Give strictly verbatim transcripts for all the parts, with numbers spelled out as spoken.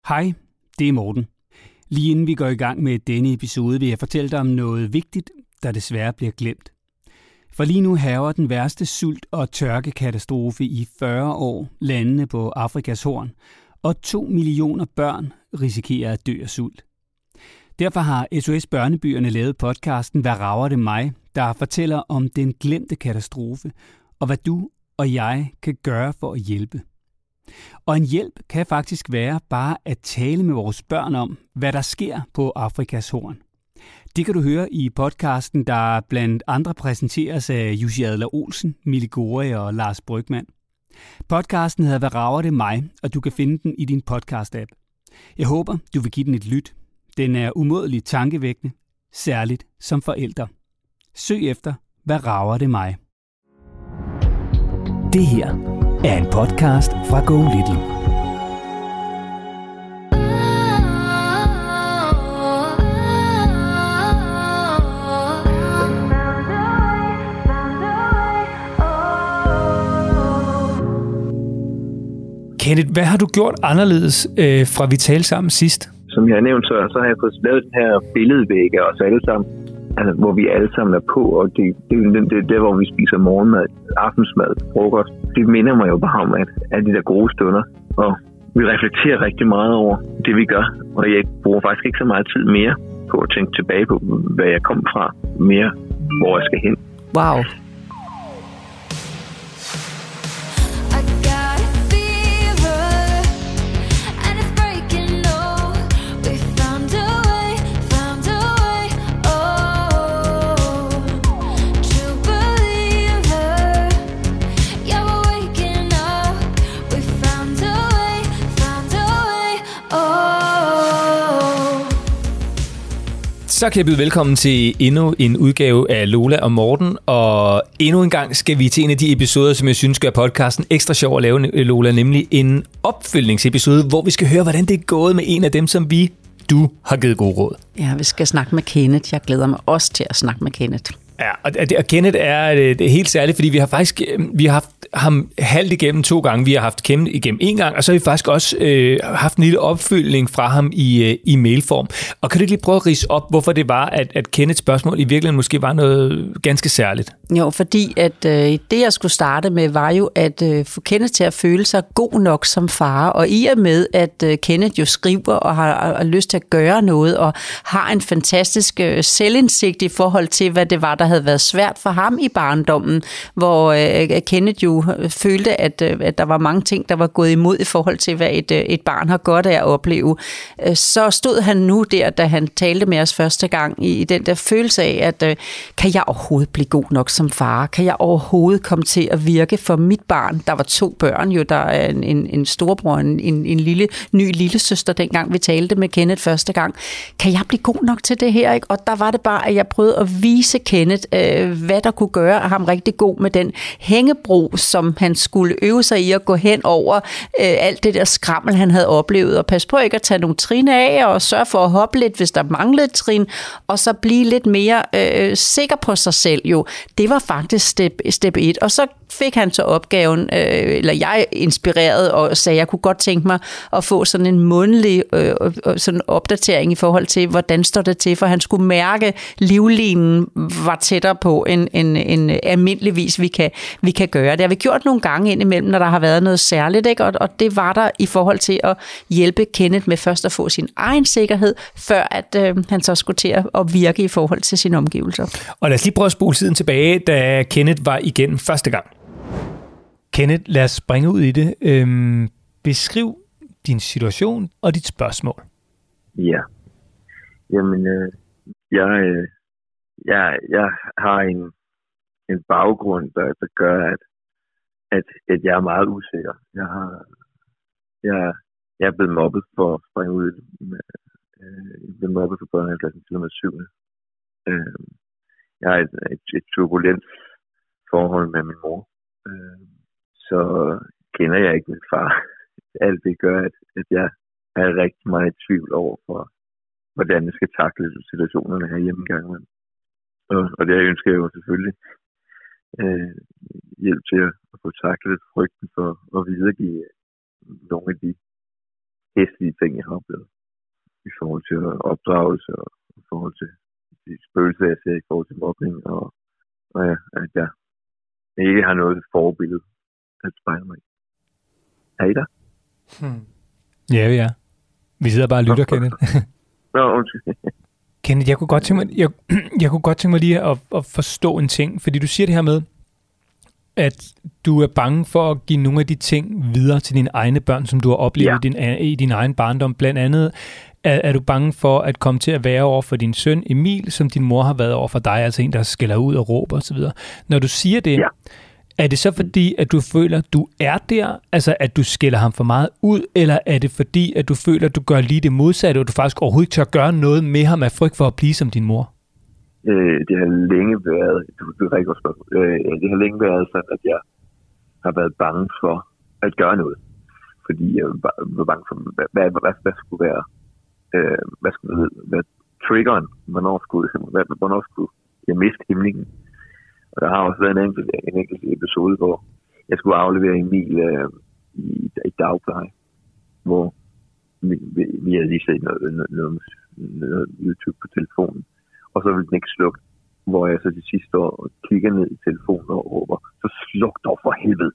Hej, det er Morten. Lige inden vi går i gang med denne episode, vil jeg fortælle dig om noget vigtigt, der desværre bliver glemt. For lige nu hærger den værste sult- og tørkekatastrofe i fyrre år landene på Afrikas Horn, og to millioner børn risikerer at dø af sult. Derfor har S O S Børnebyerne lavet podcasten Hvad rager det mig?, der fortæller om den glemte katastrofe, og hvad du og jeg kan gøre for at hjælpe. Og en hjælp kan faktisk være bare at tale med vores børn om, hvad der sker på Afrikas Horn. Det kan du høre i podcasten, der blandt andre præsenteres af Jussi Adler-Olsen, Mille Gore og Lars Brygmann. Podcasten hedder Hvad rager det mig?, og du kan finde den i din podcast-app. Jeg håber, du vil give den et lyt. Den er umådeligt tankevækkende, særligt som forældre. Søg efter Hvad rager det mig? Det her er en podcast fra Go Little. Kenneth, hvad har du gjort anderledes øh, fra vi talte sammen sidst? Som jeg har nævnt, så, så har jeg fået lavet den her billedvæg af os alle sammen, altså, hvor vi alle sammen er på, og det, det, det, det er der, hvor vi spiser morgenmad, aftensmad, frokost. Det minder mig jo bare om, at, at de der gode stunder, og vi reflekterer rigtig meget over det, vi gør, og jeg bruger faktisk ikke så meget tid mere på at tænke tilbage på, hvad jeg kom fra, mere hvor jeg skal hen. Wow. Så kan jeg byde velkommen til endnu en udgave af Lola og Morten, og endnu en gang skal vi til en af de episoder, som jeg synes gør podcasten ekstra sjov at lave, Lola, nemlig en opfølgningsepisode, hvor vi skal høre, hvordan det er gået med en af dem, som vi, du, har givet god råd. Ja, vi skal snakke med Kenneth. Jeg glæder mig også til at snakke med Kenneth. Ja, og, og Kenneth er det er helt særligt, fordi vi har faktisk vi har haft ham halvt igennem to gange. Vi har haft Kenneth igennem en gang, og så har vi faktisk også øh, haft en lille opfølgning fra ham i, øh, i mailform. Og kan du ikke lige prøve at ridse op, hvorfor det var, at, at Kenneths spørgsmål i virkeligheden måske var noget ganske særligt? Jo, fordi at øh, det, jeg skulle starte med, var jo at øh, få Kenneth til at føle sig god nok som far. Og i og med, at øh, Kenneth jo skriver og har, har lyst til at gøre noget, og har en fantastisk øh, selvindsigt i forhold til, hvad det var, der havde været svært for ham i barndommen, hvor øh, Kenneth jo følte, at, øh, at der var mange ting, der var gået imod i forhold til, hvad et, øh, et barn har godt af at opleve. Øh, så stod han nu der, da han talte med os første gang, i, i den der følelse af, at øh, kan jeg overhovedet blive god nok som far? Kan jeg overhovedet komme til at virke for mit barn? Der var to børn jo, der er en, en, en storbror, en, en, en lille, ny lillesøster, dengang vi talte med Kenneth første gang. Kan jeg blive god nok til det her? Ikke? Og der var det bare, at jeg prøvede at vise Kenneth, hvad der kunne gøre ham rigtig god med den hængebro, som han skulle øve sig i at gå hen over øh, alt det der skrammel, han havde oplevet. Og pas på ikke at tage nogle trin af, og sørge for at hoppe lidt, hvis der manglede et trin, og så blive lidt mere øh, sikker på sig selv. Jo, det var faktisk step, step et. Og så fik han så opgaven, øh, eller jeg inspireret og sagde, at jeg kunne godt tænke mig at få sådan en månedlig øh, sådan opdatering i forhold til, hvordan står det til, for han skulle mærke, livlinen var tættere på en, en, en almindeligvis, vi kan, vi kan gøre. Det har vi gjort nogle gange indimellem, når der har været noget særligt, ikke? Og, og det var der i forhold til at hjælpe Kenneth med først at få sin egen sikkerhed, før at øh, han så skulle til at virke i forhold til sine omgivelser. Og lad os lige prøve at spole tiden tilbage, da Kenneth var igen første gang. Kenneth, lad os springe ud i det. Øhm, beskriv din situation og dit spørgsmål. Ja. Jamen, øh, jeg, øh, jeg, jeg har en, en baggrund, der, der gør, at, at, at jeg er meget usikker. Jeg, har, jeg, jeg er blevet mobbet for at springe ud. Øh, jeg er blevet mobbet for børnehaveklassen til og med syvende. Øh, jeg har et, et, et turbulent forhold med min mor. Øh, så kender jeg ikke min far. Alt det gør, at, at jeg er rigtig meget i tvivl over for, hvordan jeg skal takle situationerne her hjemme engang. Og, og det ønsker jeg jo selvfølgelig øh, hjælp til at, at få taklet frygten for at videregive nogle af de hæslige ting, jeg har oplevet. I forhold til opdragelse, og i forhold til de spøgelser, jeg ser, i forhold til mobning, og, og ja, at jeg ikke har noget forbillede at spejle mig i. Er I der? Hmm. Ja, vi er. Vi sidder bare og lytter, Kenneth. Nå, undskyld. Kenneth, jeg kunne godt tænke mig, jeg, jeg kunne godt tænke mig lige at, at forstå en ting, fordi du siger det her med, at du er bange for at give nogle af de ting videre til dine egne børn, som du har oplevet ja. i, din, i din egen barndom. Blandt andet er, er du bange for at komme til at være over for din søn Emil, som din mor har været over for dig, altså en, der skælder ud og råber osv. Når du siger det, ja. er det så fordi, at du føler, at du er der, altså at du skælder ham for meget ud, eller er det fordi, at du føler, at du gør lige det modsatte, og du faktisk overhovedet ikke tør gøre noget med ham af frygt for at blive som din mor? Øh, det har længe været, du, du er rigtig godt spørgsmål. Øh, det har længe været sådan, at jeg har været bange for at gøre noget. Fordi jeg var bange for, hvad, hvad, hvad, hvad skulle være, øh, hvad skulle være triggeren, hvornår skulle, hvad, hvornår skulle jeg miste himlingen. Og der har også været en enkelt, en enkelt episode, hvor jeg skulle aflevere Emil øh, i, i dagpleje, hvor vi, vi, vi havde lige set noget, noget, noget, noget YouTube på telefonen. Og så ville den ikke slukke, hvor jeg så til sidste år kigger ned i telefonen og råber, så sluk dog for helvede.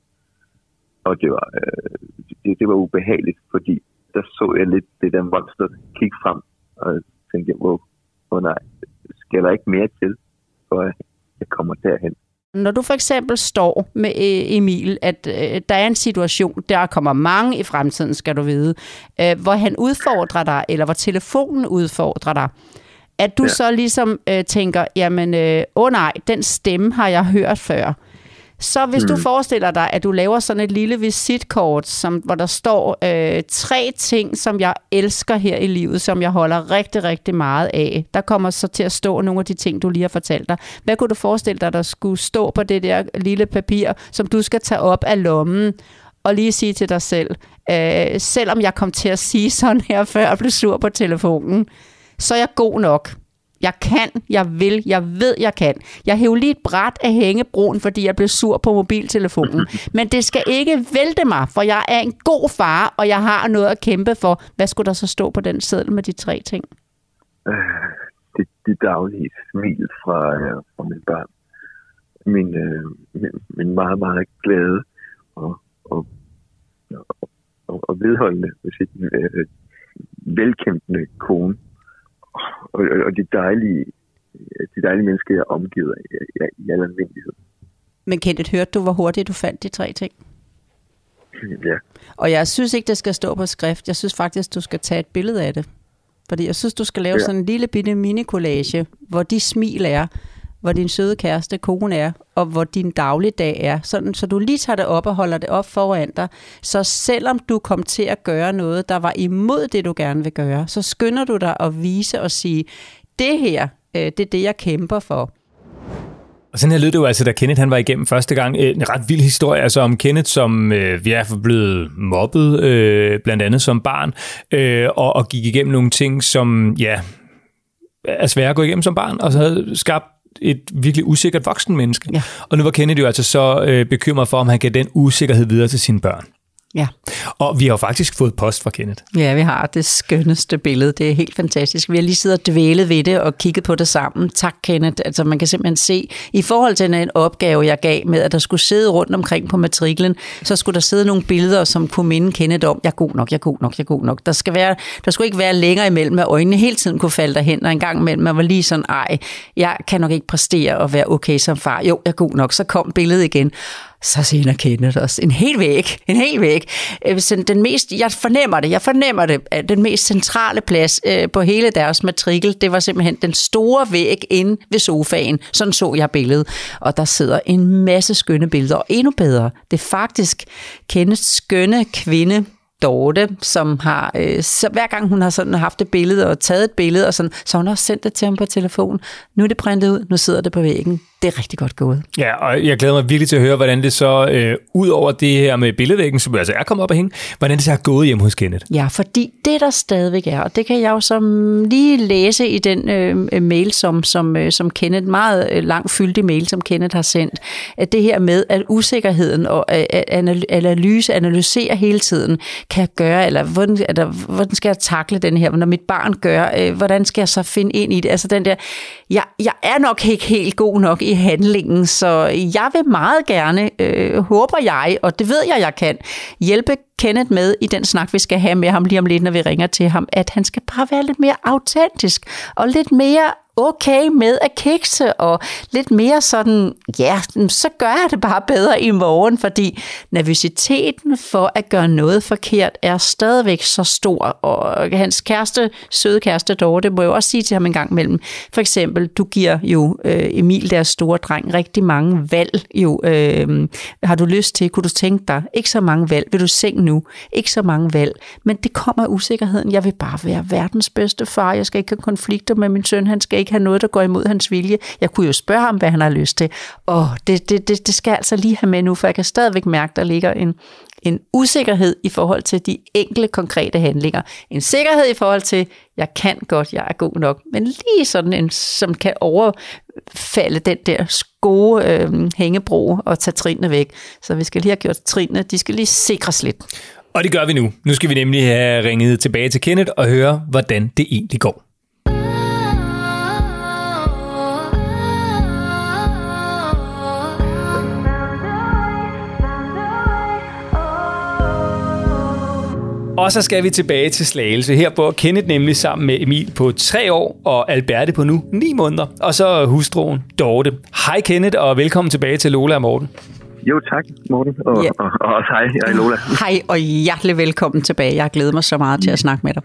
Og det var, øh, det, det var ubehageligt, fordi der så jeg lidt det der monster kigge frem, og jeg tænkte, hvor oh, nej, skal der ikke mere til, for at jeg kommer derhen. Når du for eksempel står med Emil, at øh, der er en situation, der kommer mange i fremtiden, skal du vide, øh, hvor han udfordrer dig, eller hvor telefonen udfordrer dig, at du ja. så ligesom øh, tænker, jamen, øh, åh nej, den stemme har jeg hørt før. Så hvis mm. du forestiller dig, at du laver sådan et lille visitkort, som, hvor der står øh, tre ting, som jeg elsker her i livet, som jeg holder rigtig, rigtig meget af. Der kommer så til at stå nogle af de ting, du lige har fortalt dig. Hvad kunne du forestille dig, der skulle stå på det der lille papir, som du skal tage op af lommen og lige sige til dig selv, øh, selvom jeg kom til at sige sådan her før og blev sur på telefonen, så er jeg god nok. Jeg kan, jeg vil, jeg ved, jeg kan. Jeg hæver lige et bræt af hængebroen, fordi jeg blev sur på mobiltelefonen. Men det skal ikke vælte mig, for jeg er en god far, og jeg har noget at kæmpe for. Hvad skulle der så stå på den seddel med de tre ting? Øh, det, det daglige smil fra, øh, fra mit barn. Min, øh, min, min meget, meget glade og, og, og, og, og vedholdende, hvis ikke, øh, velkæmpende kone. Og, og de dejlige, de dejlige mennesker, jeg er omgivet af i, i al almindelighed. Men Kenneth, hørte du, hvor hurtigt du fandt de tre ting? Ja. Og jeg synes ikke, det skal stå på skrift. Jeg synes faktisk, du skal tage et billede af det. Fordi jeg synes, du skal lave ja. sådan en lille bitte mini-collage, hvor de smil er, hvor din søde kæreste, kone er, og hvor din dagligdag er. Sådan, så du lige tager det op og holder det op foran dig. Så selvom du kom til at gøre noget, der var imod det, du gerne vil gøre, så skynder du dig at vise og sige, det her, det er det, jeg kæmper for. Og sådan her lød det jo altså, da Kenneth han var igennem første gang. En ret vild historie altså om Kenneth, som øh, vi er blevet mobbet, øh, blandt andet som barn, øh, og, og gik igennem nogle ting, som ja, er svære at gå igennem som barn, og så havde skabt et virkelig usikkert voksen menneske. Ja. Og nu var Kenneth jo altså så øh, bekymret for, om han gav den usikkerhed videre til sine børn. Ja. Og vi har jo faktisk fået post fra Kenneth. Ja, vi har det skønneste billede. Det er helt fantastisk. Vi har lige siddet og dvælet ved det og kigget på det sammen. Tak, Kenneth. Altså, man kan simpelthen se, i forhold til en opgave, jeg gav med, at der skulle sidde rundt omkring på matriklen, så skulle der sidde nogle billeder, som kunne minde Kenneth om, jeg er god nok, jeg er god nok, jeg er god nok. Der, skal være, der skulle ikke være længere imellem, at øjnene hele tiden kunne falde derhen, og en gang imellem, man var lige sådan, ej, jeg kan nok ikke præstere og være okay som far. Jo, jeg er god nok. Så kom billedet igen. Så sender Kenneth os en hel væg, en hel væg. Den mest, jeg fornemmer det, jeg fornemmer det, at den mest centrale plads øh, på hele deres matrikel, det var simpelthen den store væg inde ved sofaen. Sådan så jeg billedet. Og der sidder en masse skønne billeder, og endnu bedre, det er faktisk Kenneths skønne kvinde, Dorte, som har, øh, så hver gang hun har sådan haft et billede og taget et billede, og sådan, så hun har også sendt det til ham på telefon. Nu er det printet ud, nu sidder det på væggen. Det er rigtig godt gået. Ja, og jeg glæder mig virkelig til at høre, hvordan det så, øh, ud over det her med billedvæggen, som altså er kommet op og hænge, hvordan det så har gået hjemme hos Kenneth. Ja, fordi det der stadigvæk er, og det kan jeg jo så lige læse i den øh, mail, som, som, øh, som Kenneth, meget øh, lang fyldig mail, som Kenneth har sendt, at det her med, at usikkerheden og øh, analyse, analysere hele tiden, kan jeg gøre, eller hvordan, eller, hvordan skal jeg takle den her, når mit barn gør, øh, hvordan skal jeg så finde ind i det? Altså den der, jeg, jeg er nok ikke helt god nok i handlingen, så jeg vil meget gerne, øh, håber jeg, og det ved jeg, jeg kan, hjælpe Kenneth med i den snak, vi skal have med ham lige om lidt, når vi ringer til ham, at han skal bare være lidt mere autentisk, og lidt mere okay med at kikse, og lidt mere sådan, ja, så gør jeg det bare bedre i morgen, fordi nervøsiteten for at gøre noget forkert er stadigvæk så stor, og hans kæreste, søde kæreste Dorte, må jo også sige til ham en gang imellem, for eksempel, du giver jo øh, Emil, deres store dreng, rigtig mange valg, jo, øh, har du lyst til, kunne du tænke dig, ikke så mange valg, vil du seng nu, ikke så mange valg, men det kommer af usikkerheden, jeg vil bare være verdens bedste far, jeg skal ikke have konflikter med min søn, han skal ikke have noget, der går imod hans vilje. Jeg kunne jo spørge ham, hvad han har lyst til. Og det, det, det, det skal jeg altså lige have med nu, for jeg kan stadigvæk mærke, der ligger en, en usikkerhed i forhold til de enkelte konkrete handlinger. En sikkerhed i forhold til, jeg kan godt, jeg er god nok, men lige sådan en, som kan overfalde den der gode øh, hængebro og tage trinene væk. Så vi skal lige have gjort trinene, de skal lige sikres lidt. Og det gør vi nu. Nu skal vi nemlig have ringet tilbage til Kenneth og høre, hvordan det egentlig går. Og så skal vi tilbage til Slagelse. Her bor Kenneth nemlig sammen med Emil på tre år og Alberte på nu ni måneder. Og så hustruen Dorte. Hej Kenneth, og velkommen tilbage til Lola og Morten. Jo tak, Morten. Og, ja. og, og også hej, jeg er Lola. Hej, og hjertelig velkommen tilbage. Jeg glæder mig så meget til at snakke med dig.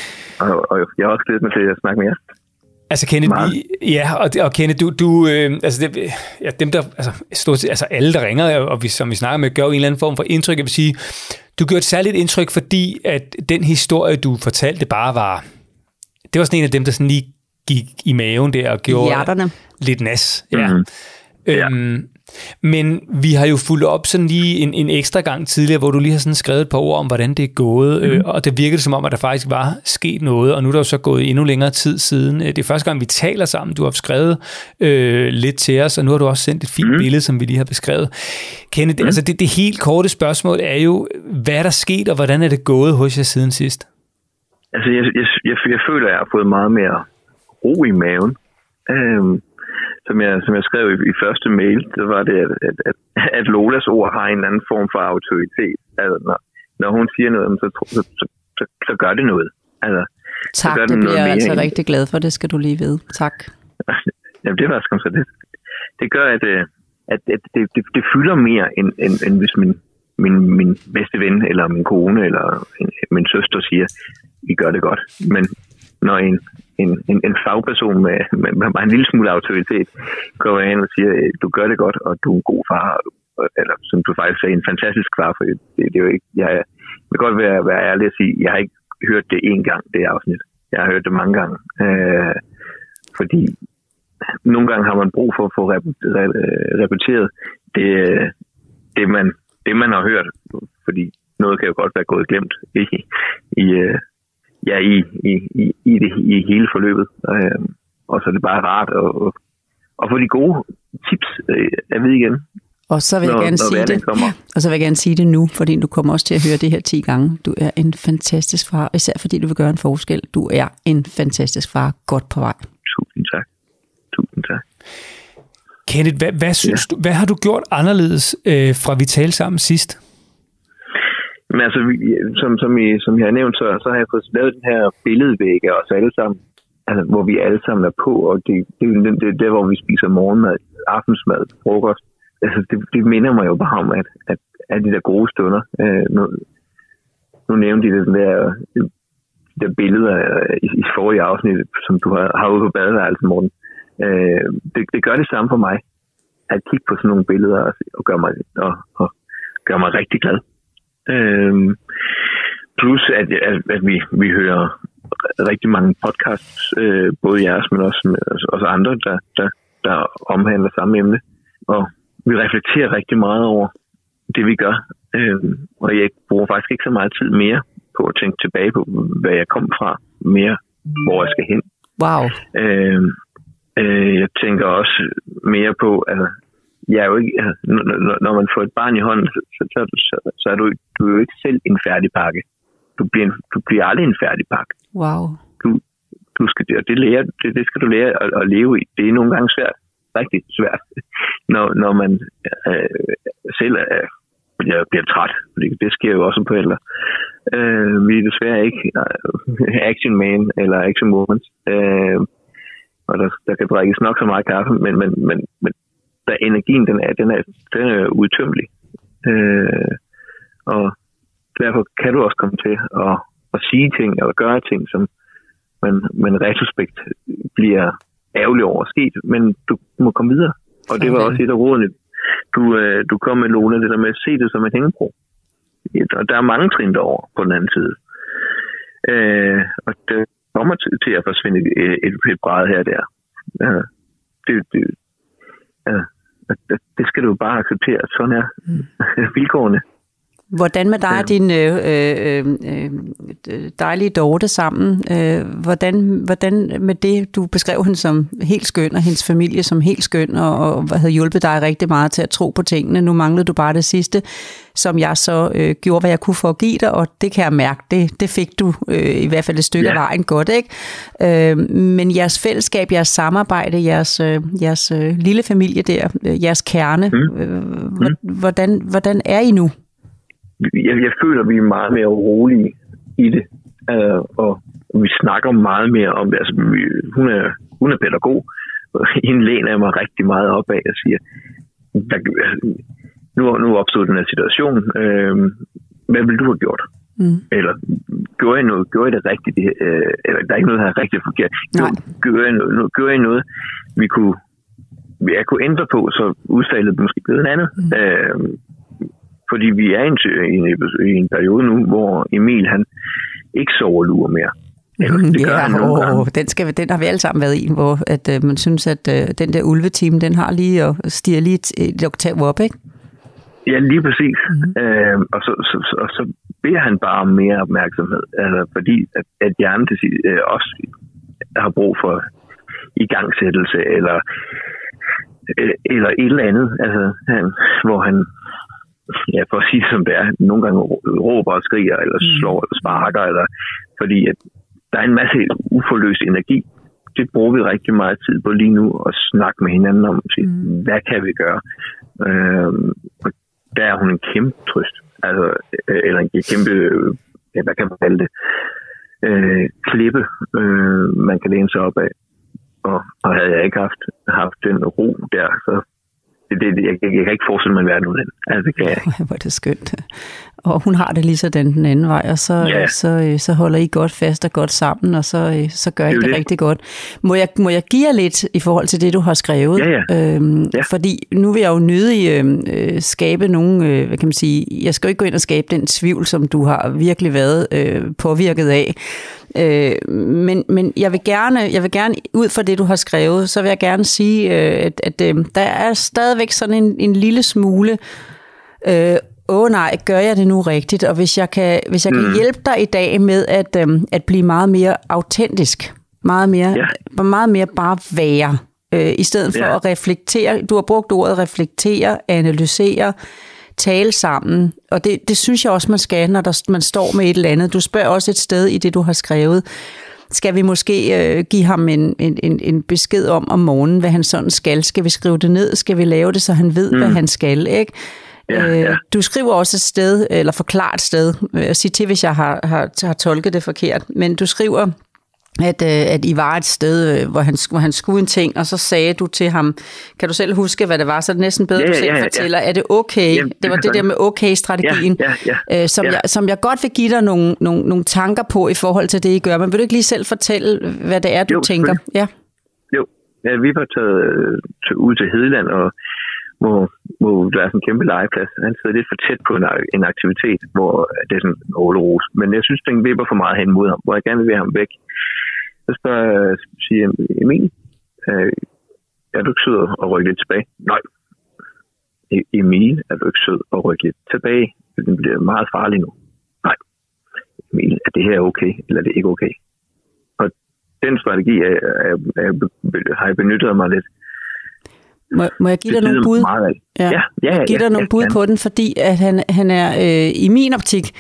Og, og jeg har også glædet mig til at snakke med jer. Altså Kenneth, vi, ja, og, og Kenneth, du, du øh, altså det, ja, dem der, altså stort set, altså alle der ringer, og vi, som vi snakker med, gør jo en eller anden form for indtryk. Jeg vil sige, du gjorde et særligt indtryk, fordi at den historie, du fortalte, bare var, det var sådan en af dem, der sådan lige gik i maven der og gjorde hjerterne lidt nas. Ja. Mm-hmm. Øhm, ja. Men vi har jo fulgt op sådan lige en, en ekstra gang tidligere, hvor du lige har sådan skrevet et par ord om, hvordan det er gået, mm. øh, og det virkede som om, at der faktisk var sket noget, og nu er der jo så gået endnu længere tid siden. Det er første gang, vi taler sammen. Du har skrevet øh, lidt til os, og nu har du også sendt et fint mm. billede, som vi lige har beskrevet. Kenneth, mm. altså det, det helt korte spørgsmål er jo, hvad er der sket, og hvordan er det gået hos jer siden sidst? Altså, jeg, jeg, jeg, jeg føler, at jeg har fået meget mere ro i maven. Øhm. Som jeg, som jeg skrev i, i første mail, så var det, at, at, at, at Lolas ord har en anden form for autoritet. Altså, når, når hun siger noget, så, så, så, så, så gør det noget. Altså, tak, det bliver jeg altså end. rigtig glad for, det skal du lige vide. Tak. Jamen, det var sgu så det. Det gør, at, at, at det, det, det fylder mere, end, end, end hvis min, min, min bedste ven, eller min kone, eller en, min søster siger, I gør det godt. Men når en En, en, en fagperson med, med, med en lille smule autoritet kommer hen og siger, du gør det godt, og du er en god far, eller som du faktisk sagde, en fantastisk far, for det, det er jo ikke, jeg, jeg vil godt være, være ærlig at sige, jeg har ikke hørt det én gang, det afsnit. Jeg har hørt det mange gange, øh, fordi nogle gange har man brug for at få repeteret det, det, man, det, man har hørt, fordi noget kan jo godt være gået glemt i, i Ja, i, i, i, i, det, i hele forløbet. Øhm, og så er det bare rart at, at få de gode tips øh, at vide igen. Og så vil jeg når, gerne sige det. Og så vil jeg gerne sige det nu, fordi du kommer også til at høre det her ti gange. Du er en fantastisk far, især fordi du vil gøre en forskel. Du er en fantastisk far, godt på vej. Tusind tak. Tusind tak. Kenneth, hvad, hvad synes ja. du, hvad har du gjort anderledes øh, fra vi talte sammen sidst? Men altså, som, som, I, som jeg har nævnt, så, så har jeg fået lavet den her billedvæg af os alle sammen, altså, hvor vi alle sammen er på, og det, det, det, det er der, hvor vi spiser morgenmad, aftensmad, frokost. Altså, det, det minder mig jo bare om, at, at, at de der gode stunder, øh, nu, nu nævnte de det der, de der billeder i, i forrige afsnit, som du har, har ude på badeværelsen, Morten. Øh, det, det gør det samme for mig, at kigge på sådan nogle billeder og, og gøre mig, og, og gør mig rigtig glad. Øhm, plus at, at, at vi, vi hører rigtig mange podcasts, øh, både jeres, men også, også andre, der, der, der omhandler samme emne. Og vi reflekterer rigtig meget over det, vi gør. Øhm, og jeg bruger faktisk ikke så meget tid mere på at tænke tilbage på, hvad jeg kom fra, mere hvor jeg skal hen. Wow. Øhm, øh, jeg tænker også mere på, altså, jeg er jo ikke, når, når man får et barn i hånden, så, så, så, så er du, du er jo ikke selv en færdig pakke. du bliver, en, du bliver aldrig en færdig pakke. Wow. Du, du skal, det, lære, det, det skal du lære at, at leve i. Det er nogle gange svært, rigtig svært, når, når man øh, selv er, bliver, bliver træt. Fordi det sker jo også som forældre. Øh, vi er desværre ikke uh, action man eller action woman. Øh, og der, der kan drikkes nok så meget kaffe, men, men, men, men der energien, den er, den er, den er udtømmelig. Øh, og derfor kan du også komme til at, at sige ting eller gøre ting, som man, man retrospekt bliver ærgerlig over sket, men du må komme videre. Og det var okay. Også et af rådene. Du, du kom med, Lone, det der med at se det som et hængebro. Og der er mange trin derovre på den anden side. Øh, og det kommer til at forsvinde et, et, et bræd her og der. Ja, det, det, ja, det skal du bare acceptere. Sådan er mm. vilkårene. Hvordan med dig og din øh, øh, dejlige Dorte sammen? Øh, hvordan, hvordan med det, du beskrev hende som helt skøn, og hendes familie som helt skøn, og, og havde hjulpet dig rigtig meget til at tro på tingene. Nu manglede du bare det sidste, som jeg så øh, gjorde, hvad jeg kunne for at give dig, og det kan jeg mærke, det, det fik du øh, i hvert fald et stykke ja. af vejen godt, ikke? Øh, men jeres fællesskab, jeres samarbejde, jeres, øh, jeres øh, lille familie der, øh, jeres kerne, øh, mm. hvordan, hvordan er I nu? Jeg, jeg føler, at vi er meget mere rolige i det, uh, og vi snakker meget mere om det. Altså, vi, hun, er, hun er pædagog, og hende læner mig rigtig meget opad og siger, der, nu, nu opstod den her situation, uh, hvad ville du have gjort? Mm. Eller gjorde jeg noget, gjorde jeg det rigtigt? Uh, eller der er ikke noget, der er rigtig forkert. Gjorde jeg noget, gjorde jeg noget vi kunne, jeg kunne ændre på, så udfaldet måske blev en andet. Mm. Uh, Fordi vi er i en, i en periode nu, hvor Emil han ikke sover lurer mere. Eller, det ja, gør han nogle åh, den, skal, den har vi alle sammen været i, hvor at, uh, man synes, at uh, den der ulvetime, den har lige at stige lige et, et oktav op, ikke? Ja, lige præcis. Mm-hmm. Øh, og, så, så, så, og så beder han bare om mere opmærksomhed. Altså, fordi at, at hjernen til sig, øh, også har brug for igangsættelse, eller, øh, eller et eller andet, altså, han, hvor han... Ja, for at sige som det er, nogle gange råber og skriger, eller slår, eller sparker, eller, fordi at der er en masse uforløst energi. Det bruger vi rigtig meget tid på lige nu, at snakke med hinanden om, sige, mm. hvad kan vi gøre? Øhm, og der er hun en kæmpe trøst, altså, eller en kæmpe, ja, hvad kan man kalde det, øh, klippe, øh, man kan læne sig op af. Og, og havde jeg ikke haft, haft den ro der, så Det, det, jeg, jeg kan ikke forestille mig en verden uden. Altså, det kan jeg ikke. Hvor er det skønt. Og hun har det lige sådan den anden vej, og så, ja. så, så holder I godt fast og godt sammen, og så, så gør I det, det rigtig godt. Må jeg, må jeg give jer lidt i forhold til det, du har skrevet? Ja, ja. Øhm, ja. Fordi nu vil jeg jo nødig øh, skabe nogle, øh, hvad kan man sige, jeg skal jo ikke gå ind og skabe den tvivl, som du har virkelig været øh, påvirket af. Øh, men, men jeg vil gerne, jeg vil gerne ud fra det, du har skrevet, så vil jeg gerne sige, øh, at, at øh, der er stadigvæk sådan en, en lille smule øh, åh nej, gør jeg det nu rigtigt? Og hvis jeg kan, hvis jeg kan mm. hjælpe dig i dag med at, øh, at blive meget mere autentisk, meget mere, ja. meget mere bare være, øh, i stedet for ja. at reflektere. Du har brugt ordet reflektere, analysere, tale sammen, og det, det synes jeg også, man skal, når der, man står med et eller andet. Du spørger også et sted i det, du har skrevet. Skal vi måske øh, give ham en, en, en besked om om morgenen, hvad han sådan skal? Skal vi skrive det ned? Skal vi lave det, så han ved, mm. hvad han skal? Ikke? Ja, ja. Øh, du skriver også et sted, eller forklarer et sted, øh, sig til, hvis jeg har, har, har tolket det forkert, men du skriver, at, øh, at I var et sted, øh, hvor, han, hvor han skulle en ting, og så sagde du til ham, kan du selv huske, hvad det var, så er det næsten bedre, ja, du selv ja, ja, fortæller, ja. Er det okay? Jamen, det var det der med okay-strategien, ja, ja, ja, øh, som, ja. jeg, som jeg godt vil give dig nogle, nogle, nogle tanker på i forhold til det, I gør. Men vil du ikke lige selv fortælle, hvad det er, du jo, tænker? Ja. Jo, ja, vi var taget til, ud til Hedeland, og hvor, hvor der er sådan en kæmpe legeplads. Han sidder lidt for tæt på en, en aktivitet, hvor det er sådan en ålerose. Men jeg synes, den vipper for meget hen mod ham, hvor jeg gerne vil have ham væk. Så spørger jeg, siger Emil, øh, er du ikke sød at rykke lidt tilbage? Nej. Emil, er du ikke sød at rykke lidt tilbage? Den bliver meget farlig nu. Nej. Emil, er det her okay, eller er det ikke okay? Og den strategi er, er, er, er, har jeg benyttet mig lidt. Må, må jeg give dig nogle bud? Ja. Ja, ja, give dig ja, nogle ja, bud ja. på den, fordi at han, han er øh, i min optik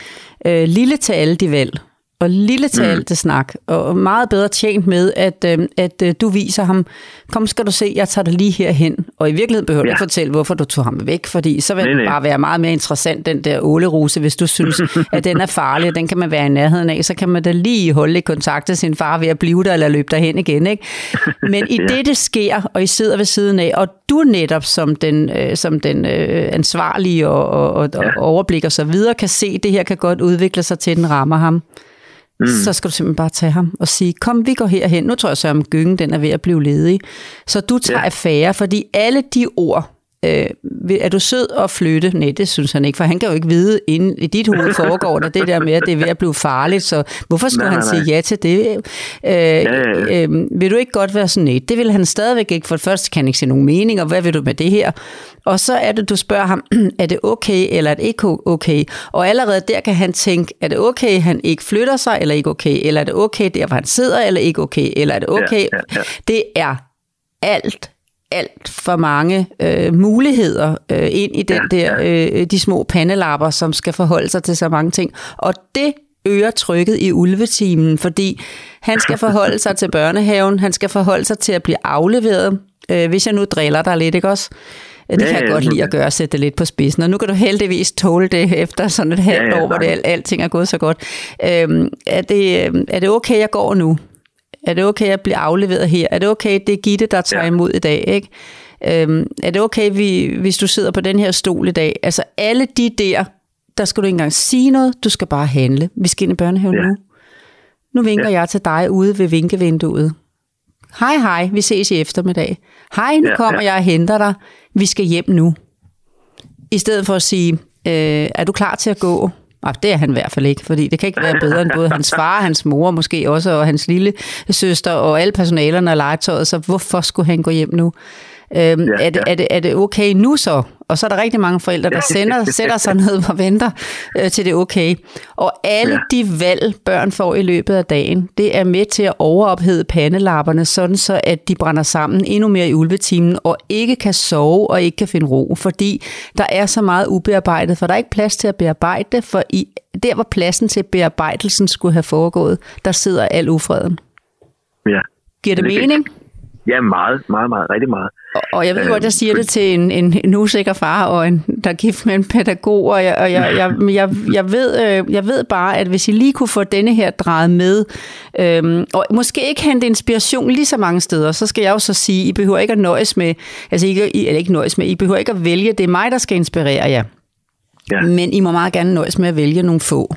øh, lille til alle de valg, og lille til mm. alt det snak, og meget bedre tjent med, at, øh, at øh, du viser ham, kom skal du se, jeg tager dig lige herhen, og i virkeligheden behøver du ja. ikke fortælle, hvorfor du tog ham væk, fordi så vil nej, det bare være meget mere interessant, den der åleruse, hvis du synes, at den er farlig, og den kan man være i nærheden af, så kan man da lige holde i kontakt til sin far ved at blive der, eller løbe derhen igen, ikke? Men i ja. det, det sker, og I sidder ved siden af, og du netop som den, øh, som den øh, ansvarlige og, og, og, ja. og overblik og så videre, kan se, at det her kan godt udvikle sig til, den rammer ham. Mm. Så skal du simpelthen bare tage ham og sige, kom, vi går herhen. Nu tror jeg så, om gyngen den er ved at blive ledig. Så du tager ja. affære, fordi alle de ord, øh, er du sød og flytte? Nej, det synes han ikke, for han kan jo ikke vide, inden i dit hoved foregår der det der med, at det er ved at blive farligt, så hvorfor skulle nej, han nej. sige ja til det? Øh, ja, ja, ja. Øh, vil du ikke godt være sådan, nej, det vil han stadigvæk ikke, for det første kan han ikke se nogen mening, og hvad vil du med det her? Og så er det, du spørger ham, er det okay, eller er det ikke okay? Og allerede der kan han tænke, er det okay, han ikke flytter sig, eller ikke okay? Eller er det okay, der hvor han sidder, eller ikke okay? Eller er det okay? Ja, ja, ja. Det er alt, alt for mange øh, muligheder øh, ind i den ja, der, øh, de små pandelapper, som skal forholde sig til så mange ting. Og det øger trykket i ulvetimen, fordi han skal forholde sig til børnehaven, han skal forholde sig til at blive afleveret, øh, hvis jeg nu driller dig lidt, ikke også? Det kan ja, jeg godt lide at gøre, sætte det lidt på spidsen. Og nu kan du heldigvis tåle det efter sådan et halvt ja, ja, år, hvor det, alting er gået så godt. Øhm, er, det, er det okay, jeg går nu? Er det okay, jeg bliver afleveret her? Er det okay, det er Gitte, der tager ja. imod i dag? Ikke? Øhm, er det okay, vi, hvis du sidder på den her stol i dag? Altså alle de der, der skal du ikke engang sige noget. Du skal bare handle. Vi skal ind i børnehaven ja. nu. Nu vinker ja. jeg til dig ude ved vinkevinduet. Hej, hej, vi ses i eftermiddag. Hej, nu ja, kommer ja. jeg og henter dig. Vi skal hjem nu. I stedet for at sige, øh, er du klar til at gå? Ah, det er han i hvert fald ikke, fordi det kan ikke være bedre end både hans far, hans mor måske også, og hans lille søster, og alle personalerne og legetøjet, så hvorfor skulle han gå hjem nu? Øhm, ja, er, det, ja. er, det, er det okay nu så? Og så er der rigtig mange forældre, der sender, sætter sig ned og venter øh, til det er okay. Og alle ja. de valg, børn får i løbet af dagen, det er med til at overophede pandelapperne, sådan så at de brænder sammen endnu mere i ulvetimen, og ikke kan sove og ikke kan finde ro, fordi der er så meget ubearbejdet, for der er ikke plads til at bearbejde det, for i, der hvor pladsen til bearbejdelsen skulle have foregået, der sidder al ufreden. Ja. Giver det, det mening? Ja, meget, meget, meget, rigtig meget. Og, og jeg ved godt, jeg siger det til en, en, en usikker far, og en, der er gift med en pædagog, og jeg, og jeg, jeg, jeg, jeg, ved, jeg ved bare, at hvis I lige kunne få denne her drejet med, øhm, og måske ikke hente inspiration lige så mange steder, så skal jeg jo så sige, I behøver ikke at nøjes med, altså ikke, I, eller ikke nøjes med, I behøver ikke at vælge, det er mig, der skal inspirere jer. Ja. Men I må meget gerne nøjes med at vælge nogle få.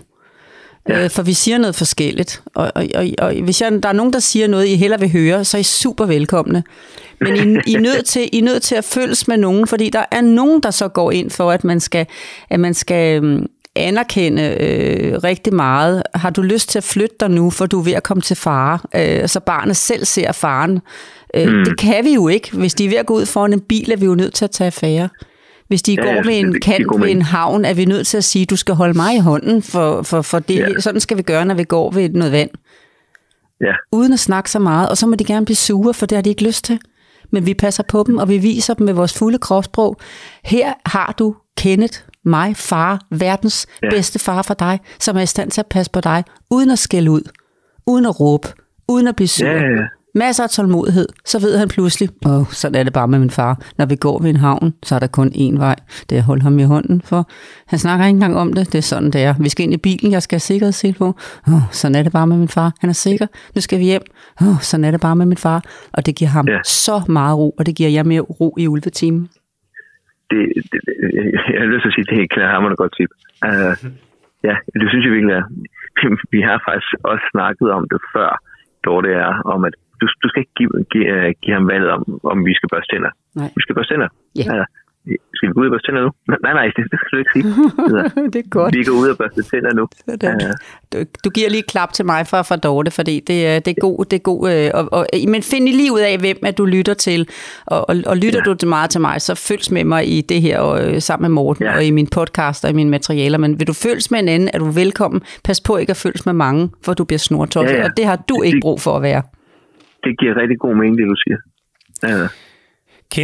Ja. For vi siger noget forskelligt, og, og, og, og hvis jeg, der er nogen, der siger noget, I hellere vil høre, så er I super velkomne. Men I, I, er nødt til, I er nødt til at følges med nogen, fordi der er nogen, der så går ind for, at man skal, at man skal um, anerkende øh, rigtig meget. Har du lyst til at flytte dig nu, for du er ved at komme til fare, øh, så barnet selv ser faren? Øh, mm. Det kan vi jo ikke. Hvis de er ved at gå ud foran en bil, er vi jo nødt til at tage affære. Hvis de ja, går ved en kant ved en havn, er vi nødt til at sige, du skal holde mig i hånden, for, for, for det. Ja. Sådan skal vi gøre, når vi går ved noget vand. Ja. Uden at snakke så meget, og så må de gerne blive sure, for det har de ikke lyst til. Men vi passer på dem, og vi viser dem med vores fulde kropssprog. Her har du Kenneth, mig, far, verdens ja. bedste far for dig, som er i stand til at passe på dig, uden at skælde ud, uden at råbe, uden at blive sur. Ja, ja. Masser af tålmodighed, så ved han pludselig, åh, oh, sådan er det bare med min far. Når vi går ved en havn, så er der kun én vej. Det er at holde ham i hånden, for han snakker ikke engang om det. Det er sådan, det er. Vi skal ind i bilen, jeg skal have sikkerhedssele på. Åh, oh, sådan er det bare med min far. Han er sikker. Nu skal vi hjem. Åh, oh, sådan er det bare med min far. Og det giver ham ja. så meget ro, og det giver jer mere ro i ulvetimen. Det, det, jeg har lyst til at sige, det er helt klart hammerende godt tip. Uh, ja, det synes jeg virkelig er. Vi har faktisk også snakket om det før, hvor det er om, at Du, du skal ikke give, give, give ham valget om, om vi skal børste tænder. Nej. Vi skal børste tænder. Yeah. Altså, skal vi gå ud og børste tænder nu? Nej, nej, det, det skal du ikke sige. Altså, det er godt. Vi går ud og børste tænder nu. Uh, du, du giver lige et klap til mig fra, fra Dorte, fordi det, det er god. Det er god øh, og, og, men find lige ud af, hvem at du lytter til. Og, og, og lytter ja. du til meget til mig, så følgs med mig i det her, og, øh, sammen med Morten, ja. og i min podcast og i mine materialer. Men vil du følges med en anden, er du velkommen. Pas på ikke at følges med mange, for du bliver snortosset. Ja, ja. Og det har du ikke brug for at være. Det giver rigtig god mening, det du siger. Ja. Kenneth,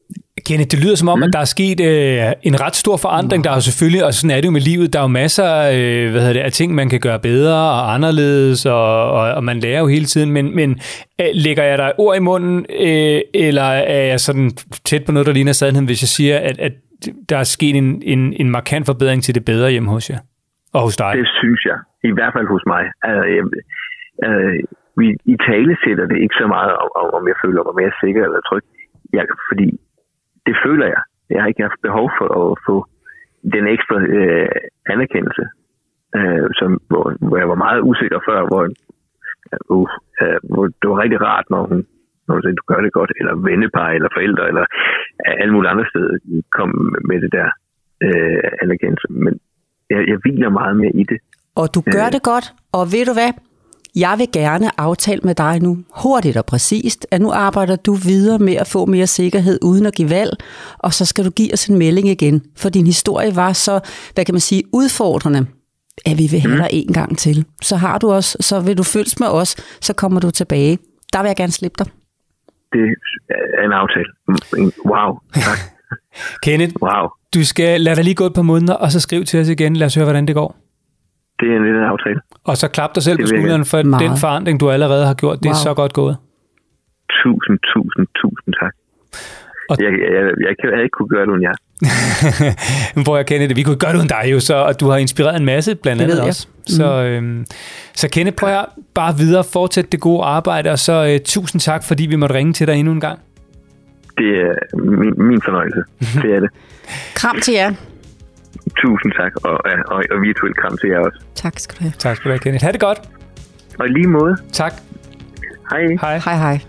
Kenneth, det lyder som om, mm. at der er sket øh, en ret stor forandring. Der er jo selvfølgelig, og sådan er det jo med livet, der er jo masser øh, hvad hedder det, af ting, man kan gøre bedre og anderledes, og, og, og man lærer jo hele tiden. Men, men øh, lægger jeg dig ord i munden, øh, eller er jeg sådan tæt på noget, der ligner sandheden, hvis jeg siger, at, at der er sket en, en, en markant forbedring til det bedre hjemme hos jer og hos dig? Det synes jeg. I hvert fald hos mig. Altså, jeg, øh, vi i tale sætter det ikke så meget, om, om jeg føler mig mere sikker eller tryg. Jeg, fordi det føler jeg. Jeg har ikke haft behov for at få den ekstra øh, anerkendelse, øh, som, hvor, hvor jeg var meget usikker før, hvor, uh, uh, hvor det var rigtig rart, når hun, når hun sagde, du gør det godt, eller vennepar, eller forældre, eller alle mulige andre steder kom med det der øh, anerkendelse. Men jeg, jeg hviler meget mere i det. Og du gør øh, det godt, og ved du hvad? Jeg vil gerne aftale med dig nu, hurtigt og præcist, at nu arbejder du videre med at få mere sikkerhed uden at give valg, og så skal du give os en melding igen. For din historie var så, hvad kan man sige, udfordrende, at vi vil have dig en gang til. Så har du også, så vil du følges med os, så kommer du tilbage. Der vil jeg gerne slippe dig. Det er en aftale. Wow, tak. Kenneth, wow. Du skal lade dig lige gå et par måneder, og så skriv til os igen. Lad os høre, hvordan det går. Det er en lille aftale. Og så klap dig selv på skulderen for meget. Den forandring, du allerede har gjort. Det wow. er så godt gået. Tusind, tusind, tusind tak. Og jeg, jeg, jeg, jeg, jeg havde ikke kunne gøre det uden jer. Hvor jeg kender det. Vi kunne gøre det uden dig jo, så, og du har inspireret en masse, blandt andet også. Mm. Så, øhm, så Kenneth, prøv at bare videre fortsætte det gode arbejde, og så øh, tusind tak, fordi vi måtte ringe til dig endnu en gang. Det er min, min fornøjelse. Det er det. Kram til jer. Tusind tak, og, og, og virtuelt kram til jer også. Tak skal du have. Tak skal du have, Kenneth. Ha' det godt. Og i lige måde. Tak. Hej. Hej. Hej, hej.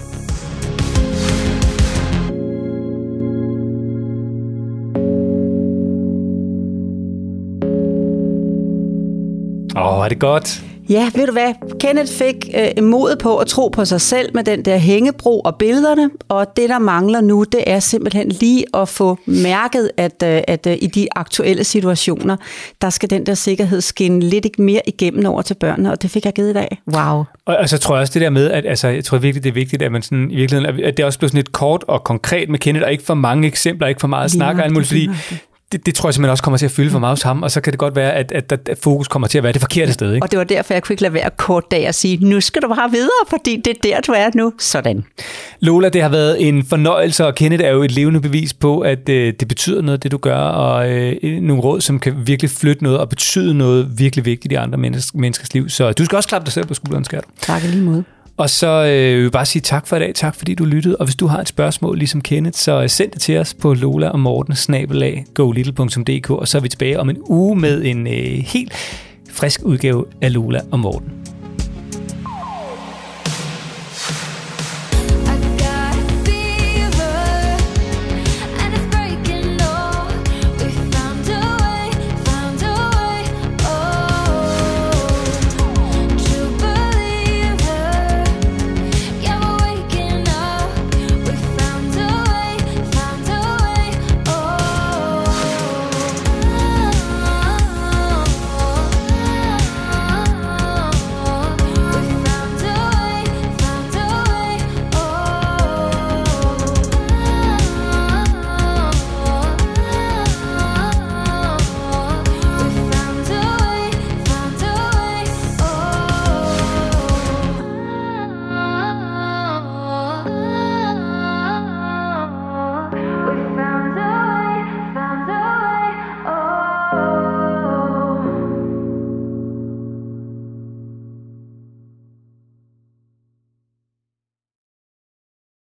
Åh, oh, er det godt. Ja, ved du hvad? Kenneth fik øh, modet på at tro på sig selv med den der hængebro og billederne, og det, der mangler nu, det er simpelthen lige at få mærket, at, øh, at øh, i de aktuelle situationer, der skal den der sikkerhed skinne lidt mere igennem over til børnene, og det fik jeg givet i dag. Wow. Og, og så tror jeg også det der med, at altså, jeg tror virkelig, det er vigtigt, at man sådan, i virkeligheden, at det også bliver sådan lidt kort og konkret med Kenneth, og ikke for mange eksempler, ikke for meget snak og alt muligt, fordi Det, det tror jeg simpelthen også kommer til at fylde for meget hos ham, og så kan det godt være, at, at, at fokus kommer til at være det forkerte sted. Ikke? Og det var derfor, jeg kunne ikke lade være kort dag at sige, nu skal du bare videre, fordi det er der, du er nu. Sådan. Lola, det har været en fornøjelse, og Kenneth er jo et levende bevis på, at øh, det betyder noget, det du gør, og øh, nogle råd, som kan virkelig flytte noget, og betyde noget virkelig vigtigt i andre menneskers, menneskers liv. Så du skal også klappe dig selv på skulderen, skal du. Tak lige måde. Og så øh, vil jeg bare sige tak for i dag. Tak fordi du lyttede. Og hvis du har et spørgsmål ligesom Kenneth, så send det til os på Lola og Morten snabel-a go little punktum d k, og så er vi tilbage om en uge med en øh, helt frisk udgave af Lola og Morten.